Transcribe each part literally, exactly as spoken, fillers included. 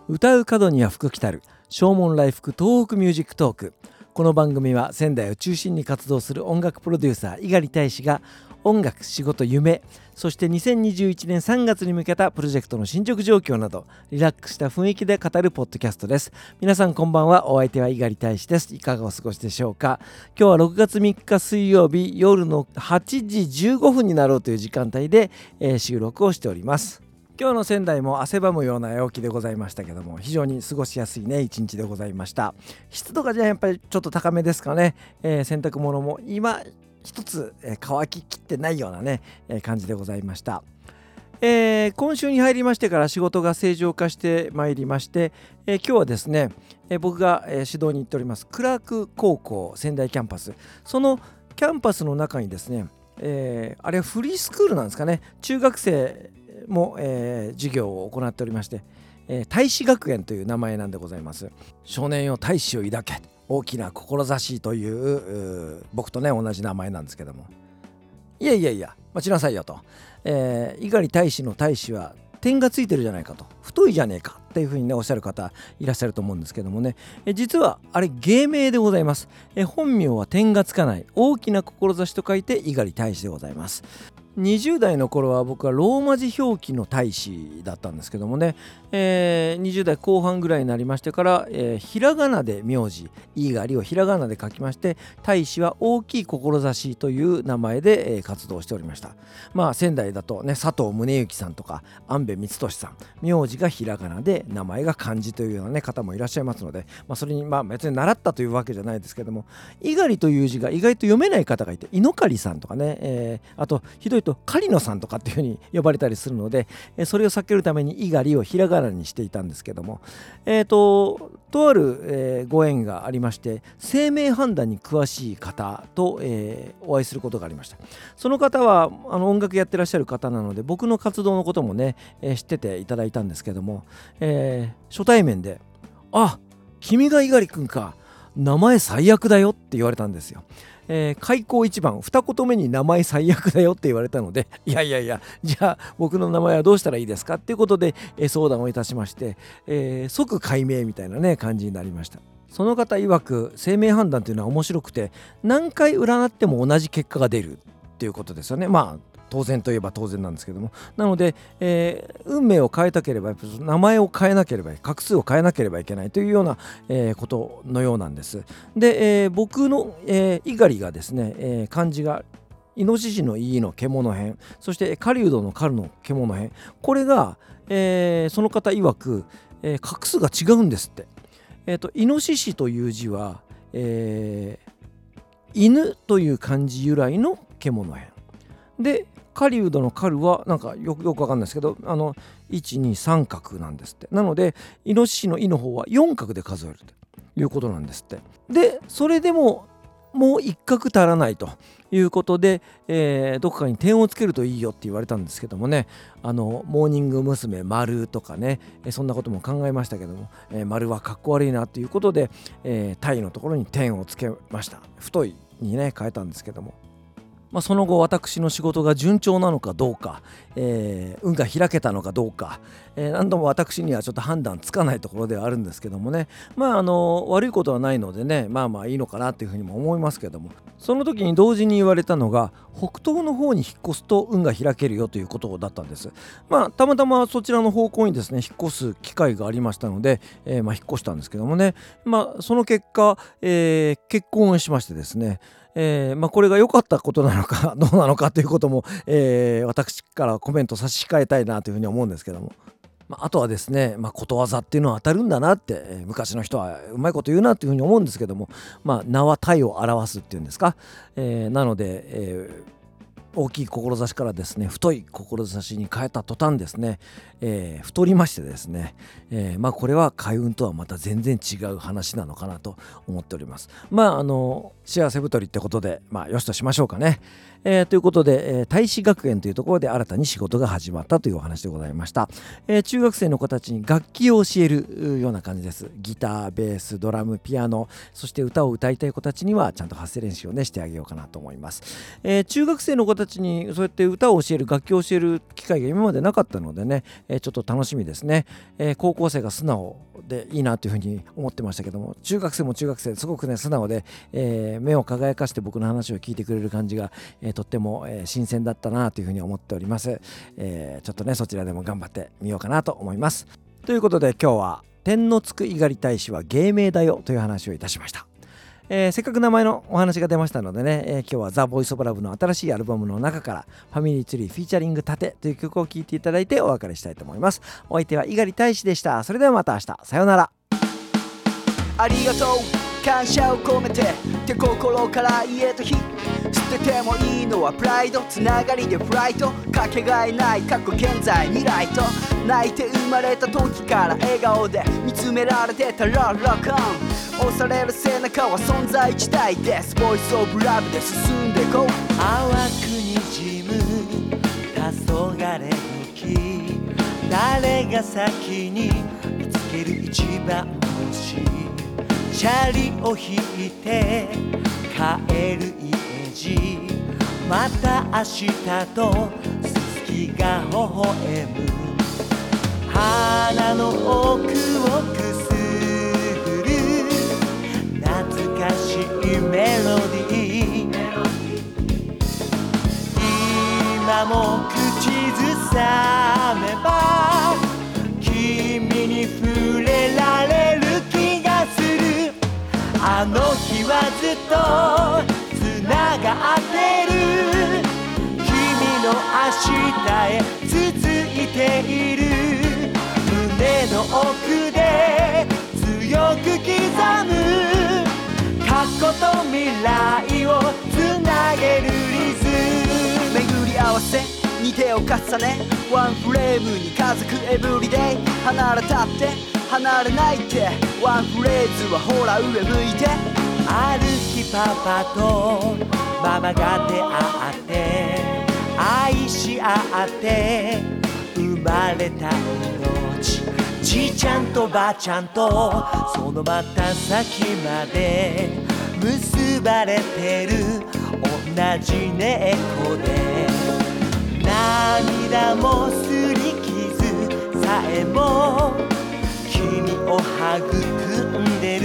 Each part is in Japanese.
歌う角には福来たる正門来福東北ミュージックトーク。この番組は仙台を中心に活動する音楽プロデューサー猪狩大使が音楽、仕事、夢、そしてにせんにじゅういちねんさんがつに向けたプロジェクトの進捗状況などリラックスした雰囲気で語るポッドキャストです。皆さんこんばんは。お相手は猪狩大使です。いかがお過ごしでしょうか。今日はろくがつみっか水曜日夜のはちじじゅうごふんになろうという時間帯で、えー、収録をしております。今日の仙台も汗ばむような陽気でございましたけども、非常に過ごしやすいね一日でございました。湿度がじゃあやっぱりちょっと高めですかね。えー、洗濯物も今一つ、えー、乾ききってないようなね、えー、感じでございました。えー、今週に入りましてから仕事が正常化してまいりまして、えー、今日はですね、えー、僕が、えー、指導に行っておりますクラーク高校仙台キャンパス、そのキャンパスの中にですね、えー、あれはフリースクールなんですかね、中学生も、えー、授業を行っておりまして、えー、大使学園という名前なんでございます。少年よ大使を抱け、大きな志という、う僕とね同じ名前なんですけども、いやいやいや待ちなさいよと、えー、猪狩大使の大使は点がついてるじゃないかと、太いじゃねえかっていうふうにねおっしゃる方いらっしゃると思うんですけどもね、え実はあれ芸名でございます。え本名は点がつかない大きな志と書いて猪狩大使でございます。にじゅう代の頃は僕はローマ字表記の大使だったんですけどもね、えー、にじゅう代後半ぐらいになりましてから、えー、ひらがなで名字猪狩をひらがなで書きまして、大使は大きい志という名前で、えー、活動しておりました。まあ仙台だとね佐藤宗行さんとか安部光俊さん、名字がひらがなで名前が漢字というような、ね、方もいらっしゃいますので、まあ、それにまあ別に習ったというわけじゃないですけども、猪狩という字が意外と読めない方がいて、猪狩さんとかね、えー、あとひどいと狩野さんとかっていう風に呼ばれたりするので、えそれを避けるために猪狩をひらがなにしていたんですけども、えーととある、えー、ご縁がありまして、生命判断に詳しい方と、えー、お会いすることがありました。その方はあの音楽やってらっしゃる方なので、僕の活動のこともね、えー、知ってていただいたんですけども、えー、初対面であ君が猪狩くんか、名前最悪だよって言われたんですよ。えー、開口一番二言目に名前最悪だよって言われたので、いやいやいやじゃあ僕の名前はどうしたらいいですかっていうことで、えー、相談をいたしまして、えー、即解明みたいなね感じになりました。その方曰く生命判断というのは面白くて、何回占っても同じ結果が出るっていうことですよね。まあ当然といえば当然なんですけども、なので、えー、運命を変えたければやっぱ名前を変えなければ、画数を変えなければいけないというような、えー、ことのようなんです。で、えー、僕の、えー、猪狩がですね、えー、漢字がイノシシのイの獣編、そして狩人の狩の獣編、これが、えー、その方曰く、えー、画数が違うんですって。えーと、イノシシという字は、えー、犬という漢字由来の獣編で、狩人の狩はなんかよくよくわかんないですけど、あのいちにさん画なんですって。なのでイノシシのイの方はよん画で数えるということなんですって。でそれでももういっ画足らないということで、えー、どこかに点をつけるといいよって言われたんですけどもね、あのモーニング娘。丸とかね、えそんなことも考えましたけども、えー、丸はかっこ悪いなということで、えー、タイのところに点をつけました。太いにね変えたんですけども、まあ、その後私の仕事が順調なのかどうか、えー、運が開けたのかどうか、えー、何度も私にはちょっと判断つかないところではあるんですけどもね、まああの悪いことはないのでね、まあまあいいのかなっていうふうにも思いますけども、その時に同時に言われたのが北東の方に引っ越すと運が開けるよということだったんです。まあたまたまそちらの方向にですね引っ越す機会がありましたので、えー、まあ引っ越したんですけどもね、まあその結果、えー、結婚をしましてですね、えーまあ、これが良かったことなのかどうなのかということも、えー、私からコメント差し控えたいなというふうに思うんですけども、まあ、あとはですね、まあ、ことわざっていうのは当たるんだなって、えー、昔の人はうまいこと言うなというふうに思うんですけども、まあ、名は体を表すっていうんですか、えー、なので、えー大きい志からですね太い志に変えた途端ですね、えー、太りましてですね、えー、まあこれは開運とはまた全然違う話なのかなと思っております。まああの幸せ太りってことでまあよしとしましょうかね。えー、ということで、えー、大使学園というところで新たに仕事が始まったというお話でございました。えー、中学生の子たちに楽器を教えるような感じです。ギター、ベース、ドラム、ピアノ、そして歌を歌いたい子たちにはちゃんと発声練習をねしてあげようかなと思います。えー、中学生の子たちにそうやって歌を教える、楽器を教える機会が今までなかったのでね、えー、ちょっと楽しみですね、えー、高校生が素直でいいなというふうに思ってましたけども、中学生も中学生すごくね素直で、えー、目を輝かして僕の話を聞いてくれる感じが、えー、とっても、えー、新鮮だったなというふうに思っております、えー、ちょっとねそちらでも頑張ってみようかなと思います。ということで今日は天のつく猪狩大使は芸名だよという話をいたしました。えー、せっかく名前のお話が出ましたのでね、えー、今日はザ・ボイス・オブ・ラブの新しいアルバムの中からファミリーツリーフィーチャリングタテという曲を聴いていただいてお別れしたいと思います。お相手は猪狩大使でした。それではまた明日、さようなら。 ありがとう、感謝を込めてって心から言えた日、捨ててもいいのはプライド、つながりでフライト、かけがえない過去現在未来と、泣いて生まれた時から笑顔で見つめられてたらロックオン、押される背中は存在自体です。ボイスオブラブで進んでこう。 淡くにじむ黄昏時、誰が先に見つける一番星、チャリを引いて帰る家路、また明日とすすきが微笑む、鼻の奥をくすぐる懐かしいメロディー、今も口ずさめば君に触れられる気がする、あの日はずっとつながってる、君の明日へ続いている、胸の奥で強く刻む、過去と未来をつなげるリズム、 巡り合わせに手を重ねワンフレームに家族エブリデイ、離れたって離れないってワンフレーズはほら上向いて、 ある日パパとママが出会って愛し合って生まれた命、じいちゃんとばあちゃんとそのまた先まで結ばれてる同じ猫で、涙もすり傷さえも君を育んでる、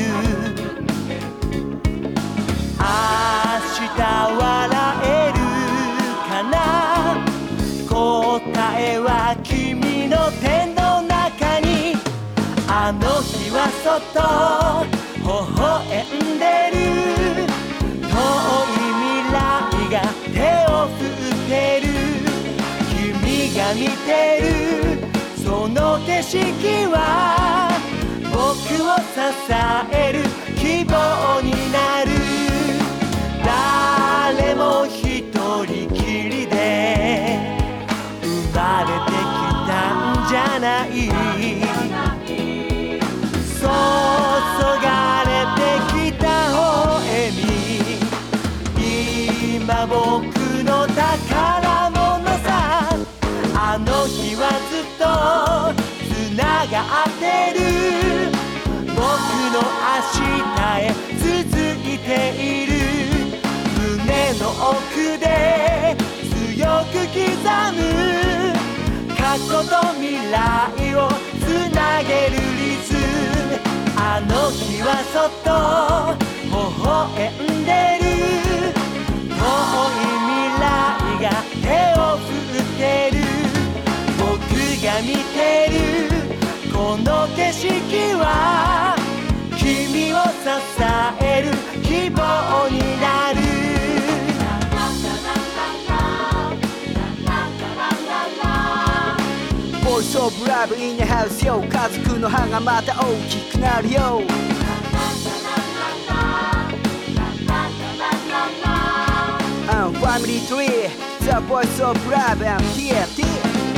明日笑えるかな、答えは君の手の中に、あの日はそっと微笑んでる、遠い未来が手を振ってる、君が見てるその景色は僕を支える希望になる、誰も一人きりで生まれてきたんじゃない、注がれてきた微笑み、今僕の宝物さ、あの日はずっとつながってる、僕の明日へ続いている、胸の奥で強く刻む、過去と未来をつなげるリズム、あの日はそっと微笑んでる、遠い未来が手を振ってる、僕が見てるこの景色は君を支える希望になる、 ボイスオブラブインハウスよ、家族の歯がまた大きくなるよ、ファミリーツリー The Voice of Love and ティーエフティー